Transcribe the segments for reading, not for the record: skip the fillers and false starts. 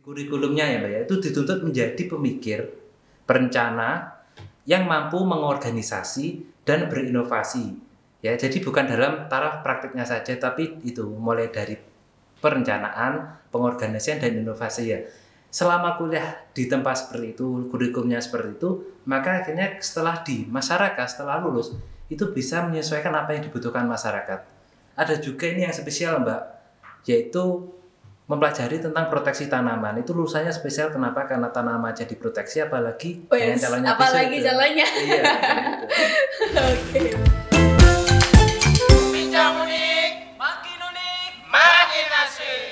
kurikulumnya ya Mbak ya, itu dituntut menjadi pemikir, perencana yang mampu mengorganisasi dan berinovasi. Ya, jadi bukan dalam taraf praktiknya saja, tapi itu mulai dari perencanaan, pengorganisasian dan inovasi ya. Selama kuliah di tempat seperti itu, kurikulumnya seperti itu, maka akhirnya setelah di masyarakat, setelah lulus, itu bisa menyesuaikan apa yang dibutuhkan masyarakat. Ada juga ini yang spesial Mbak, yaitu mempelajari tentang proteksi tanaman. Itu lulusannya spesial kenapa? Karena tanaman jadi proteksi, apalagi dengan calonnya besok. Apalagi calonnya. Iya. Oke. Bincang unik, makin asik.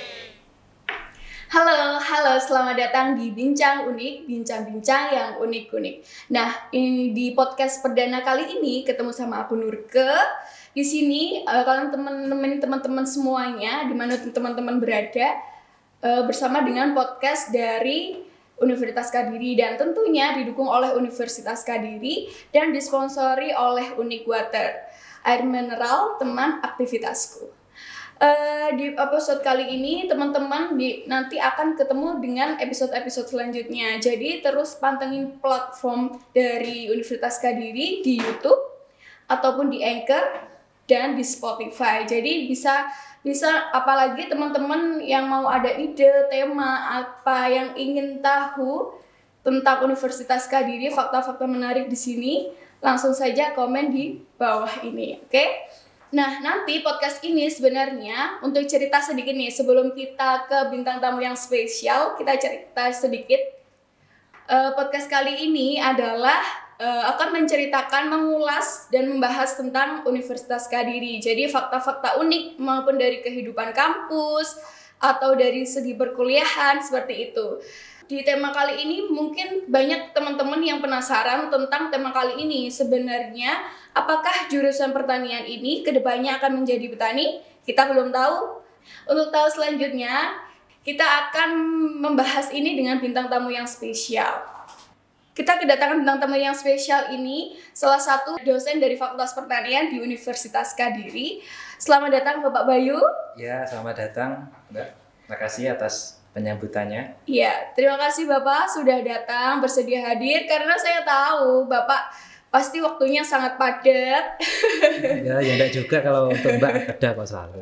Halo, selamat datang di Bincang Unik, bincang-bincang yang unik-unik. Nah, di podcast perdana kali ini ketemu sama aku Nurke. Di sini kalian teman-teman semuanya, di mana teman-teman berada, bersama dengan podcast dari Universitas Kadiri dan tentunya didukung oleh Universitas Kadiri dan disponsori oleh Unique Water, air mineral teman aktivitasku. Di episode kali ini teman-teman nanti akan ketemu dengan episode-episode selanjutnya. Jadi terus pantengin platform dari Universitas Kadiri di YouTube ataupun di Anchor dan di Spotify. Jadi bisa apalagi teman-teman yang mau ada ide, tema apa yang ingin tahu tentang Universitas Kadiri, fakta-fakta menarik di sini, langsung saja komen di bawah ini, oke? Nah, nanti podcast ini sebenarnya untuk cerita sedikit nih, sebelum kita ke bintang tamu yang spesial, kita cerita sedikit. Podcast kali ini adalah akan menceritakan, mengulas, dan membahas tentang Universitas Kadiri. Jadi fakta-fakta unik maupun dari kehidupan kampus atau dari segi perkuliahan, seperti itu. Di tema kali ini mungkin banyak teman-teman yang penasaran tentang tema kali ini. Sebenarnya apakah jurusan pertanian ini kedepannya akan menjadi petani? Kita belum tahu. Untuk tahu selanjutnya, kita akan membahas ini dengan bintang tamu yang spesial. Kita kedatangan bintang tamu yang spesial ini, salah satu dosen dari Fakultas Pertanian di Universitas Kadiri. Selamat datang Bapak Bayu. Ya, selamat datang Mbak. Makasih atas penyambutannya. Iya, terima kasih Bapak sudah datang, bersedia hadir, karena saya tahu Bapak pasti waktunya sangat padat. Ya enggak juga kalau untuk Mbak ada kok selalu.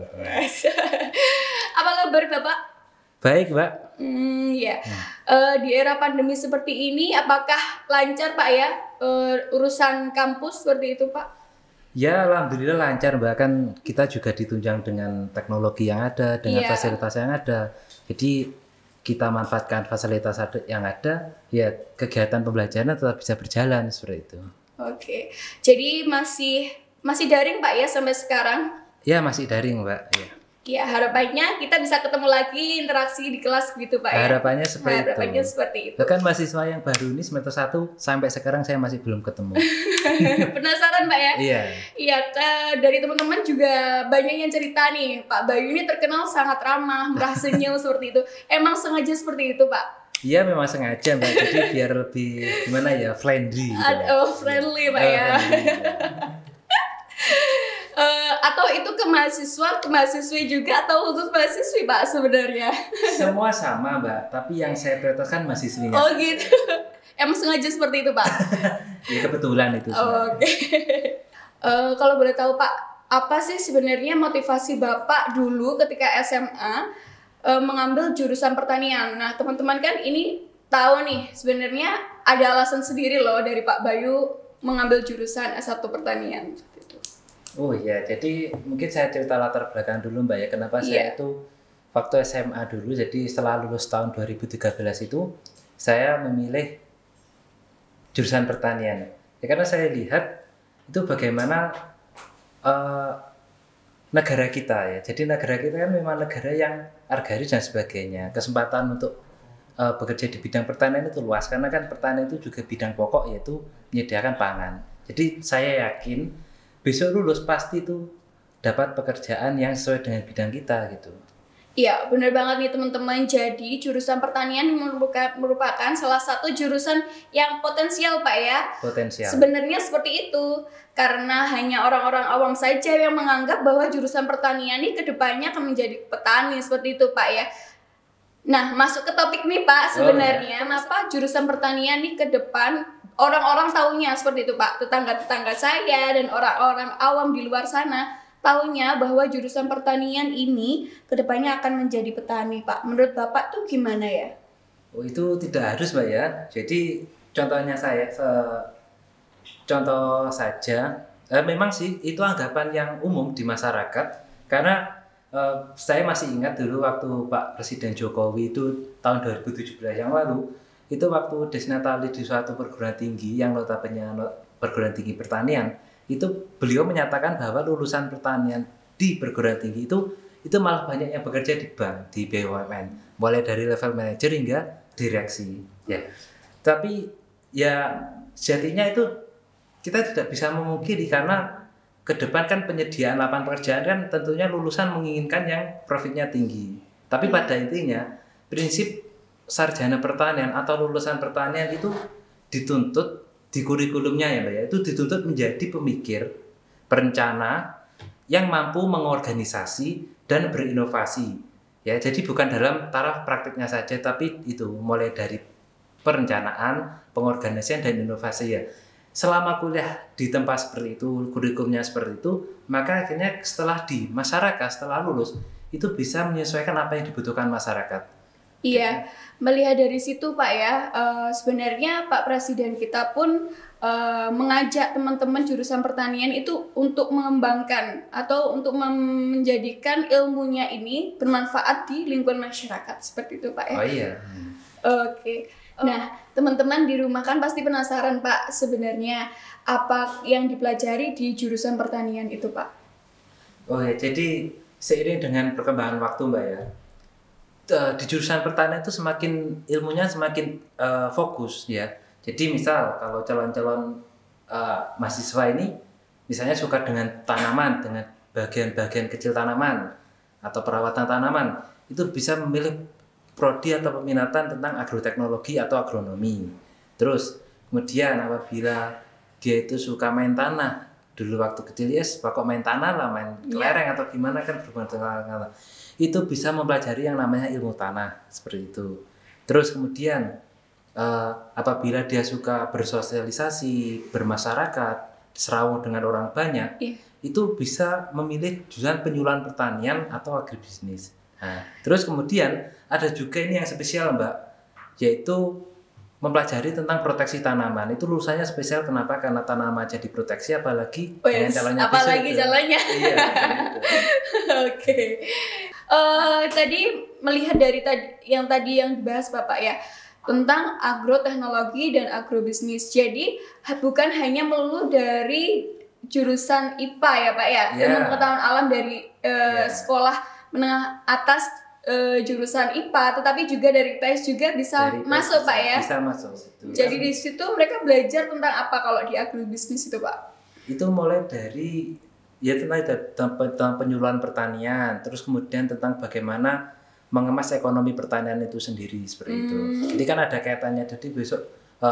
Apa kabar Bapak? Baik Mbak. Ya. Di era pandemi seperti ini, apakah lancar Pak ya urusan kampus seperti itu Pak? Ya alhamdulillah lancar Mbak, kan kita juga ditunjang dengan teknologi yang ada, dengan fasilitas yang ada. Jadi kita manfaatkan fasilitas yang ada, ya kegiatan pembelajaran tetap bisa berjalan seperti itu. Oke, jadi masih daring Pak ya sampai sekarang? Ya masih daring Mbak. Ya harapannya kita bisa ketemu lagi, interaksi di kelas gitu Pak ya. Harapannya seperti itu. Bahkan mahasiswa yang baru ini semester 1 sampai sekarang saya masih belum ketemu. Penasaran Pak ya? Iya. Iya, dari teman-teman juga banyak yang cerita nih, Pak Bayu ini terkenal sangat ramah, murah senyum seperti itu. Emang sengaja seperti itu Pak? Iya memang sengaja Mbak, jadi biar lebih gimana ya, friendly gitu. Friendly Pak ya. Atau itu ke mahasiswi juga atau khusus mahasiswi Pak sebenarnya? Semua sama Mbak, tapi yang saya prioritaskan mahasiswinya. Oh gitu. Emang sengaja seperti itu Pak? Ya kebetulan itu. Oke. Kalau boleh tahu Pak, apa sih sebenarnya motivasi Bapak dulu ketika SMA mengambil jurusan pertanian? Nah teman-teman kan ini tahu nih sebenarnya ada alasan sendiri loh dari Pak Bayu mengambil jurusan S1 pertanian. Oh iya, jadi mungkin saya cerita latar belakang dulu Mbak ya, kenapa saya itu waktu SMA dulu, jadi setelah lulus tahun 2013 itu saya memilih jurusan pertanian. Ya karena saya lihat itu bagaimana negara kita ya. Jadi negara kita kan memang negara yang agraris dan sebagainya. Kesempatan untuk bekerja di bidang pertanian itu luas, karena kan pertanian itu juga bidang pokok, yaitu menyediakan pangan. Jadi saya yakin besok lulus pasti itu dapat pekerjaan yang sesuai dengan bidang kita gitu. Iya, benar banget nih teman-teman. Jadi jurusan pertanian merupakan salah satu jurusan yang potensial Pak ya. Potensial. Sebenarnya seperti itu, karena hanya orang-orang awam saja yang menganggap bahwa jurusan pertanian ini kedepannya akan menjadi petani, seperti itu Pak ya. Nah, masuk ke topik nih Pak, sebenarnya apa jurusan pertanian nih ke depan orang-orang taunya seperti itu Pak. Tetangga-tetangga saya dan orang-orang awam di luar sana taunya bahwa jurusan pertanian ini ke depannya akan menjadi petani Pak. Menurut Bapak tuh gimana ya? Oh, itu tidak harus Mbak ya. Jadi contohnya contoh saja, memang sih itu anggapan yang umum di masyarakat karena saya masih ingat dulu waktu Pak Presiden Jokowi itu tahun 2017 yang lalu, itu waktu Desnatali di suatu perguruan tinggi yang notabene perguruan tinggi pertanian, itu beliau menyatakan bahwa lulusan pertanian di perguruan tinggi itu malah banyak yang bekerja di bank, di BUMN, mulai dari level manajer hingga direksi. Ya, tapi ya sejatinya itu kita tidak bisa memungkiri karena ke depan kan penyediaan lapangan pekerjaan kan tentunya lulusan menginginkan yang profitnya tinggi. Tapi pada intinya prinsip sarjana pertanian atau lulusan pertanian itu dituntut di kurikulumnya ya Mbak ya, itu dituntut menjadi pemikir, perencana yang mampu mengorganisasi dan berinovasi. Ya, jadi bukan dalam taraf praktiknya saja tapi itu mulai dari perencanaan, pengorganisasian dan inovasi ya. Selama kuliah di tempat seperti itu, kurikulumnya seperti itu, maka akhirnya setelah di masyarakat, setelah lulus, itu bisa menyesuaikan apa yang dibutuhkan masyarakat. Iya, melihat dari situ Pak ya, sebenarnya Pak Presiden kita pun mengajak teman-teman jurusan pertanian itu untuk mengembangkan atau untuk menjadikan ilmunya ini bermanfaat di lingkungan masyarakat, seperti itu Pak ya. Oh iya. Oke. Nah, teman-teman di rumah kan pasti penasaran Pak, sebenarnya apa yang dipelajari di jurusan pertanian itu Pak? Oh ya, jadi seiring dengan perkembangan waktu Mbak ya, di jurusan pertanian itu semakin ilmunya semakin fokus ya. Jadi misal kalau calon-calon mahasiswa ini misalnya suka dengan tanaman, dengan bagian-bagian kecil tanaman atau perawatan tanaman, itu bisa memilih prodi atau peminatan tentang agroteknologi atau agronomi. Terus kemudian apabila dia itu suka main tanah, dulu waktu kecil ya pokok main tanah lah, main kelereng atau gimana kan berhubungan dengan tanah, itu bisa mempelajari yang namanya ilmu tanah seperti itu. Terus kemudian apabila dia suka bersosialisasi, bermasyarakat, serawung dengan orang banyak, itu bisa memilih jurusan penyuluhan pertanian atau agribisnis. Nah, terus kemudian ada juga ini yang spesial Mbak, yaitu mempelajari tentang proteksi tanaman. Itu lulusannya spesial kenapa? Karena tanaman aja diproteksi, apalagi dengan calonnya apalagi calonnya. Iya. Oke. Tadi melihat dari yang dibahas Bapak ya, tentang agroteknologi dan agrobisnis. Jadi bukan hanya melulu dari jurusan IPA ya Pak ya, ilmu pengetahuan alam dari sekolah menengah atas jurusan IPA, tetapi juga dari IPS juga bisa masuk Pak ya. Bisa masuk situ. Jadi di situ mereka belajar tentang apa kalau di agrobisnis itu Pak? Itu mulai dari ya tentang penyuluhan pertanian, terus kemudian tentang bagaimana mengemas ekonomi pertanian itu sendiri seperti itu. Jadi kan ada kaitannya. Jadi besok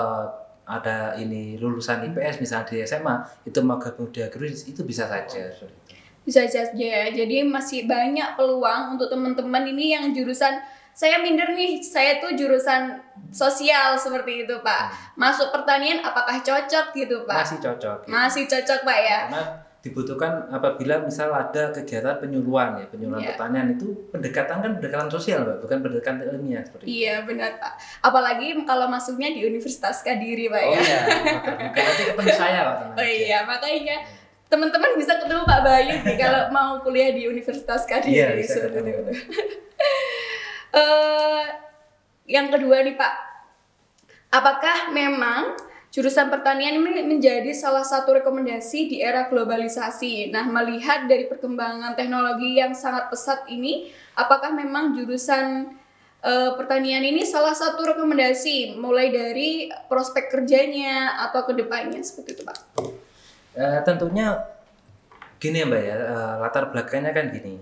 ada ini lulusan IPS misalnya di SMA itu mau gabung di agribisnis itu bisa saja. Bisa saja ya. Jadi masih banyak peluang untuk teman-teman ini yang jurusan saya minder nih, saya tuh jurusan sosial seperti itu Pak. Masuk pertanian apakah cocok gitu Pak? Masih cocok. Masih cocok Pak ya. Karena dibutuhkan apabila misal ada kegiatan penyuluhan pertanian itu pendekatan sosial Mbak, bukan pendekatan ilmiah seperti itu. Iya benar Pak. Apalagi kalau masuknya di Universitas Kadiri Pak ya. Oh iya, nanti ketemu saya Pak. Oh iya, makanya teman-teman bisa ketemu Pak Bayu nih kalau mau kuliah di Universitas Kadiri. Iya, bisa ketemu. Yang kedua nih Pak, apakah memang jurusan pertanian ini menjadi salah satu rekomendasi di era globalisasi? Nah, melihat dari perkembangan teknologi yang sangat pesat ini, apakah memang jurusan pertanian ini salah satu rekomendasi mulai dari prospek kerjanya atau kedepannya seperti itu Pak? Tentunya gini Mbak ya, latar belakangnya kan gini.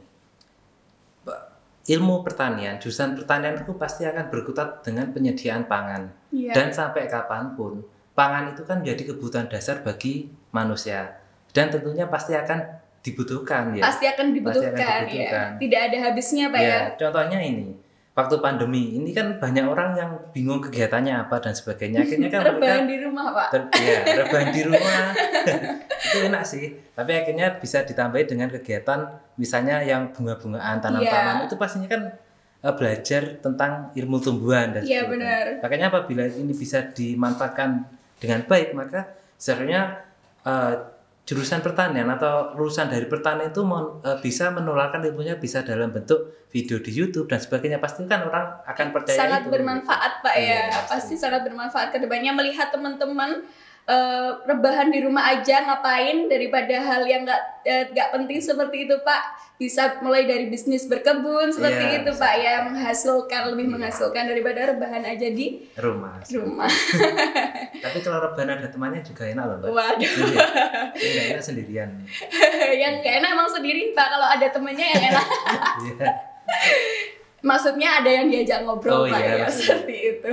Ilmu pertanian, jurusan pertanian itu pasti akan berkutat dengan penyediaan pangan. Dan sampai kapanpun, pangan itu kan menjadi kebutuhan dasar bagi manusia. Dan tentunya pasti akan dibutuhkan ya. Pasti akan dibutuhkan. Ya. Tidak ada habisnya Pak ya. Contohnya ini, waktu pandemi ini kan banyak orang yang bingung kegiatannya apa dan sebagainya. Akhirnya kan Rebahan di rumah, Pak. rebahan di rumah. Itu enak sih. Tapi akhirnya bisa ditambahi dengan kegiatan misalnya yang bunga-bungaan, tanam-tanaman. Itu pastinya kan belajar tentang ilmu tumbuhan dan Iya, sebagainya. benar. Makanya apabila ini bisa dimanfaatkan dengan baik, maka sebenarnya jurusan pertanian atau lulusan dari pertanian itu bisa menularkan ilmunya, bisa dalam bentuk video di YouTube dan sebagainya. Pasti kan orang akan percaya Sangat itu. bermanfaat, Pak, Iya, ya. Pasti sangat bermanfaat ke depannya melihat teman-teman rebahan di rumah aja ngapain daripada hal yang nggak penting seperti itu, Pak. Bisa mulai dari bisnis berkebun seperti Iya, itu, bisa. Pak, ya, menghasilkan lebih Iya. menghasilkan daripada rebahan aja di rumah. rumah. Tapi kalau rebahan ada temannya juga enak loh, Mbak. Waduh. Iya. Ini nggak enak sendirian. Yang gak enak emang sendiri, Pak, kalau ada temennya yang enak. Iya. Maksudnya ada yang diajak ngobrol, Oh, Pak, ya, iya, seperti itu.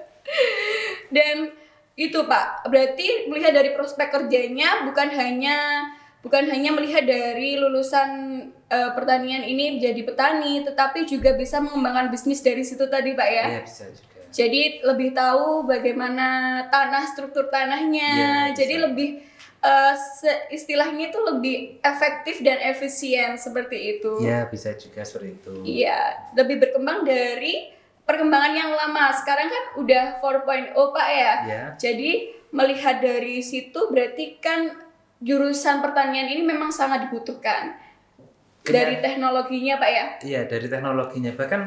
Dan itu, Pak, berarti melihat dari prospek kerjanya bukan hanya melihat dari lulusan pertanian ini menjadi petani, tetapi juga bisa mengembangkan bisnis dari situ tadi, Pak, ya. Iya, bisa juga. Jadi lebih tahu bagaimana struktur tanahnya. Iya, bisa. Jadi lebih istilahnya itu lebih efektif dan efisien seperti itu. Iya, bisa juga seperti itu. Iya, lebih berkembang dari perkembangan yang lama. Sekarang kan udah 4.0, Pak, ya. Iya. Jadi melihat dari situ berarti kan jurusan pertanian ini memang sangat dibutuhkan. Dari teknologinya, Pak, ya. Iya, dari teknologinya. Bahkan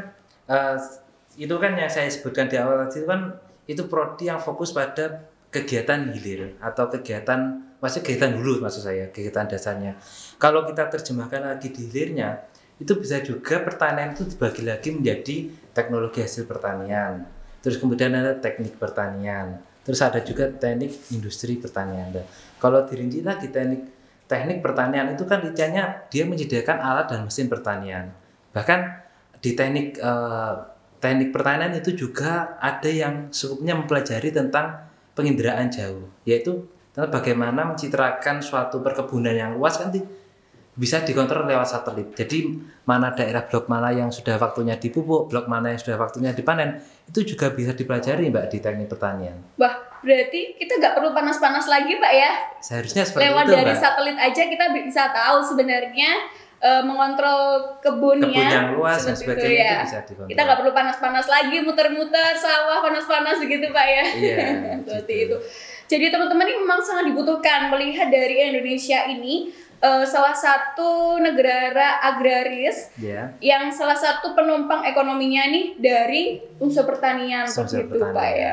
itu kan yang saya sebutkan di awal tadi, itu kan itu prodi yang fokus pada kegiatan hilir atau kegiatan hulu, maksud saya, kegiatan dasarnya. Kalau kita terjemahkan lagi di hilirnya, itu bisa juga pertanian itu dibagi lagi menjadi teknologi hasil pertanian, terus kemudian ada teknik pertanian, terus ada juga teknik industri pertanian. Dan kalau dirinci lagi teknik pertanian itu kan rinciannya dia menyediakan alat dan mesin pertanian. Bahkan di teknik pertanian itu juga ada yang skupnya mempelajari tentang penginderaan jauh, yaitu tentang bagaimana mencitrakan suatu perkebunan yang luas kan bisa dikontrol lewat satelit. Jadi mana daerah blok mana yang sudah waktunya dipupuk, blok mana yang sudah waktunya dipanen, itu juga bisa dipelajari, Mbak, di teknik pertanian. Wah, berarti kita nggak perlu panas-panas lagi, Pak, ya. Seharusnya seperti Lewat itu, dari Mbak. satelit aja kita bisa tahu sebenarnya mengontrol kebun Kebun ya, yang luas dan seperti sebagainya ya. itu bisa dikontrol. Kita nggak perlu panas-panas lagi, muter-muter sawah panas-panas begitu, Pak, ya. Iya, Seperti gitu. itu. Jadi teman-teman ini memang sangat dibutuhkan melihat dari Indonesia ini salah satu negara agraris Ya. yang salah satu penumpang ekonominya nih dari unsur pertanian Unsur seperti itu, pertanian. Pak, ya.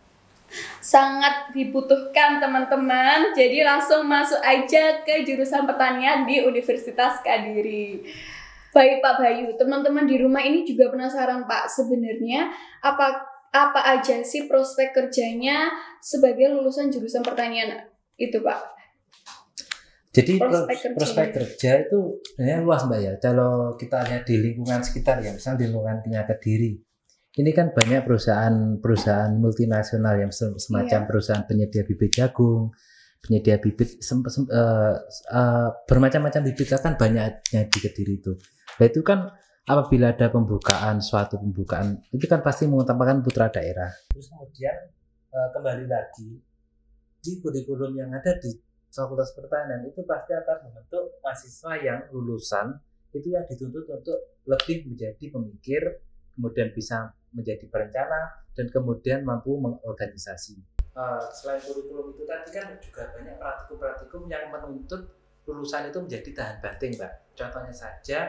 Sangat dibutuhkan, teman-teman. Jadi langsung masuk aja ke jurusan pertanian di Universitas Kediri. Baik, Pak Bayu, teman-teman di rumah ini juga penasaran, Pak, sebenarnya apa aja sih prospek kerjanya sebagai lulusan jurusan pertanian itu, Pak? Jadi Prospek prospek kerja itu sebenarnya luas, Mbak, ya. Kalau kita lihat di lingkungan sekitar, ya, misalnya di lingkungan Kediri, ini kan banyak perusahaan multinasional yang semacam perusahaan penyedia bibit jagung, penyedia bibit bermacam-macam bibit kan banyaknya di Kediri itu. Nah itu kan apabila ada suatu pembukaan itu kan pasti mengutamakan putra daerah. Terus kemudian kembali lagi di kurikulum yang ada di Fakultas Pertanian itu pasti akan membentuk mahasiswa yang lulusan itu yang dituntut untuk lebih menjadi pemikir, kemudian bisa menjadi perencana, dan kemudian mampu mengorganisasi. Selain kurikulum itu tadi kan juga banyak praktikum-praktikum yang menuntut lulusan itu menjadi tahan banting, Mbak. Contohnya saja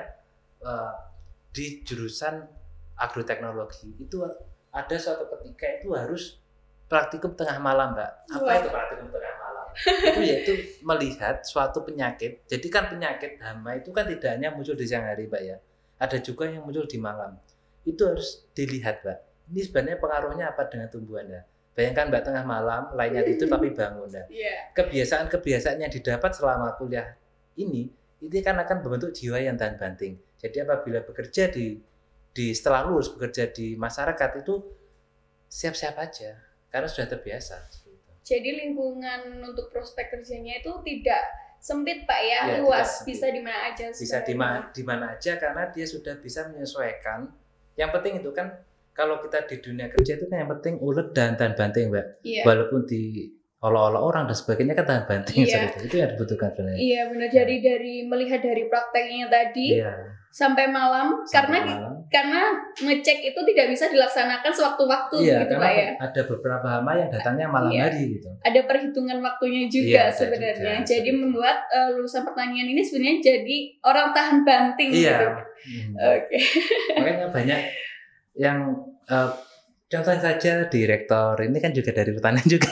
di jurusan agroteknologi itu ada suatu ketika itu harus praktikum tengah malam, Mbak. Apa itu praktikum tengah malam? Itu yaitu melihat suatu penyakit. Jadi kan penyakit hama itu kan tidak hanya muncul di siang hari, Mbak, ya. Ada juga yang muncul di malam. Itu harus dilihat, Mbak. Ini sebenarnya pengaruhnya apa dengan tumbuhan, ya? Bayangkan, Mbak, tengah malam, lainnya tidur tapi bangun, ya. Kebiasaan-kebiasaan yang didapat selama kuliah ini kan akan membentuk jiwa yang tahan banting. Jadi apabila bekerja setelah lulus bekerja di masyarakat itu siap-siap aja karena sudah terbiasa. Jadi lingkungan untuk prospek kerjanya itu tidak sempit, Pak, ya, Ya, luas, bisa di mana aja. Bisa di mana aja karena dia sudah bisa menyesuaikan yang penting itu kan kalau kita di dunia kerja itu kan yang penting ulet dan tahan banting, Mbak. Iya. Walaupun di olok-olok orang dan sebagainya kan tahan banting Iya. itu yang dibutuhkan sebenarnya. Iya benar. Jadi dari melihat dari prakteknya tadi Iya. sampai malam Sampai karena malam. karena ngecek itu tidak bisa dilaksanakan sewaktu-waktu Iya, gitu karena Pak ya. ada beberapa hama yang datangnya malam Iya. hari gitu. Ada perhitungan waktunya Iya, juga ada sebenarnya. juga, Jadi seperti membuat lulusan pertanian ini sebenarnya jadi orang tahan banting Iya. gitu. Oke. Makanya banyak yang contohnya saja direktur ini kan juga dari pertanian juga.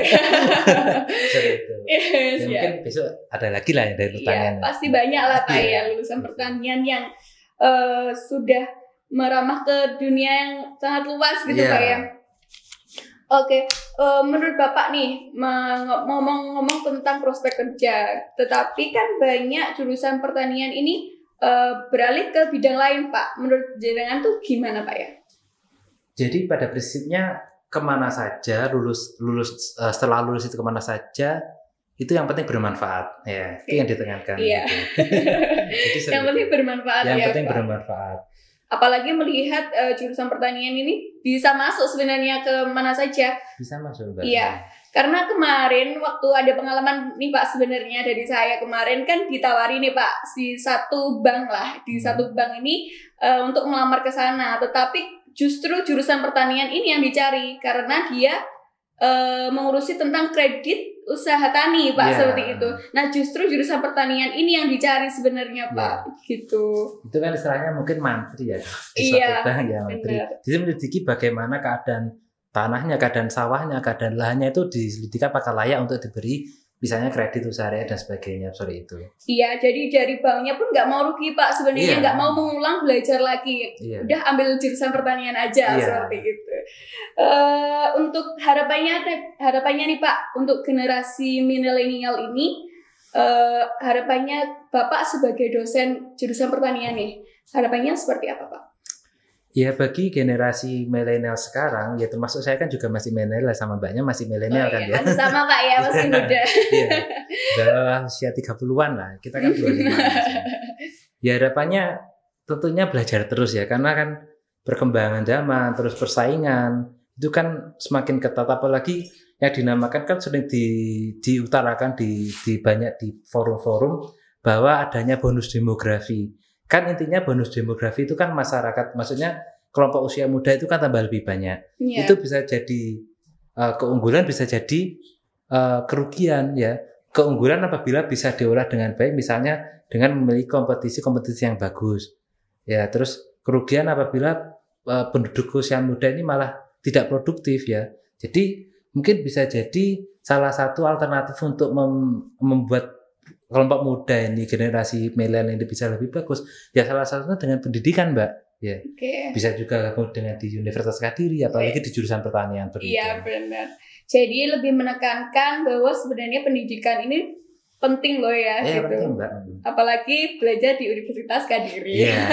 Seperti itu. Yes, Ya, ya. mungkin besok ada lagi lah yang dari pertanian. Iya, pasti banyak lah Pak Iya. ya lulusan pertanian yang sudah meramah ke dunia yang sangat luas gitu Iya. Pak ya. Oke, menurut Bapak nih ngomong-ngomong tentang prospek kerja, tetapi kan banyak jurusan pertanian ini beralih ke bidang lain Pak. Menurut jenengan tuh gimana Pak ya? Jadi pada prinsipnya kemana saja setelah lulus itu kemana saja itu yang penting bermanfaat ya itu yang ditekankan. Iya. Gitu. Jadi Yang penting bermanfaat yang ya penting Pak. bermanfaat. Apalagi melihat jurusan pertanian ini bisa masuk sebenarnya ke mana saja. Bisa masuk Mbak. Iya. Karena kemarin waktu ada pengalaman nih Pak sebenarnya dari saya kemarin kan ditawari nih Pak si satu bank lah di satu bank ini untuk melamar ke sana, tetapi justru jurusan pertanian ini yang dicari karena dia mengurusi tentang kredit usaha tani Pak Iya. seperti itu. Nah justru jurusan pertanian ini yang dicari sebenarnya Pak gitu. Itu kan istilahnya mungkin mantri ya di Iya, suatu bank ya mantri. benar. Jadi menyelidiki bagaimana keadaan tanahnya, keadaan sawahnya, keadaan lahannya itu diselidiki apakah layak untuk diberi misalnya kredit usaha dan sebagainya seperti itu. Iya, jadi dari banknya pun nggak mau rugi Pak sebenarnya, Iya. nggak mau mengulang belajar lagi. Iya. Udah ambil jurusan pertanian aja Iya. seperti itu. Untuk harapannya nih Pak untuk generasi milenial ini, harapannya Bapak sebagai dosen jurusan pertanian nih, harapannya seperti apa Pak? Ya bagi generasi milenial sekarang, ya termasuk saya kan juga masih milenial sama mbaknya masih milenial kan ya. Masih sama Pak ya, masih muda. Iya. Udah usia 30-an lah. Kita kan 25. Ya harapannya tentunya belajar terus ya karena kan perkembangan zaman, terus persaingan itu kan semakin ketat apalagi yang dinamakan kan sering diutarakan di banyak di forum-forum bahwa adanya bonus demografi. Kan intinya bonus demografi itu kan masyarakat, maksudnya kelompok usia muda itu kan tambah lebih banyak. Iya. Itu bisa jadi keunggulan, bisa jadi kerugian ya. Keunggulan apabila bisa diolah dengan baik, misalnya dengan memiliki kompetisi yang bagus. Ya, terus kerugian apabila penduduk usia muda ini malah tidak produktif ya. Jadi mungkin bisa jadi salah satu alternatif untuk membuat kelompok muda ini generasi milenial ini bisa lebih bagus ya salah satunya dengan pendidikan Mbak ya. Oke. Bisa juga dengan di Universitas Kadiri apalagi di jurusan pertanian Iya benar. Jadi lebih menekankan bahwa sebenarnya pendidikan ini penting loh ya Iya gitu. penting Mbak. Apalagi belajar di Universitas Kadiri. Iya.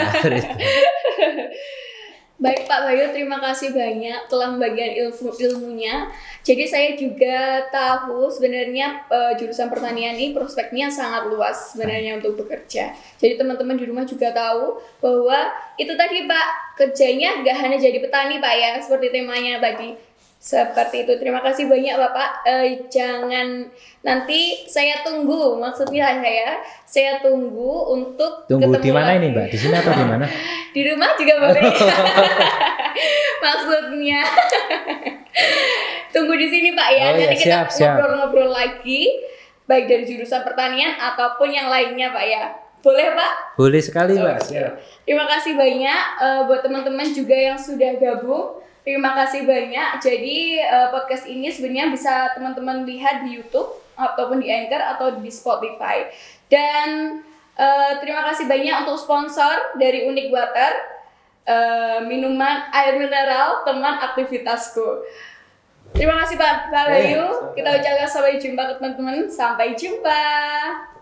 Baik Pak Bayu, terima kasih banyak telah membagikan ilmunya. Jadi saya juga tahu sebenarnya jurusan pertanian ini prospeknya sangat luas sebenarnya untuk bekerja. Jadi teman-teman di rumah juga tahu bahwa itu tadi Pak, kerjanya nggak hanya jadi petani Pak ya, seperti temanya tadi. Seperti itu. Terima kasih banyak Bapak. Jangan nanti saya tunggu, maksudnya saya tunggu untuk Tunggu ketemu di mana lagi. ini Mbak? Di sini atau di mana? Di rumah juga boleh. Maksudnya tunggu di sini Pak ya. Oh, Nanti ya, kita siap. ngobrol-ngobrol lagi baik dari jurusan pertanian ataupun yang lainnya Pak ya. Boleh Pak? Boleh sekali Mbak. Oke. Siap. Terima kasih banyak buat teman-teman juga yang sudah gabung. Terima kasih banyak. Jadi podcast ini sebenarnya bisa teman-teman lihat di YouTube ataupun di Anchor atau di Spotify. Dan terima kasih banyak untuk sponsor dari Unique Water, minuman air mineral teman aktivitasku. Terima kasih Pak Bayu. Kita ucapkan sampai jumpa ke teman-teman. Sampai jumpa.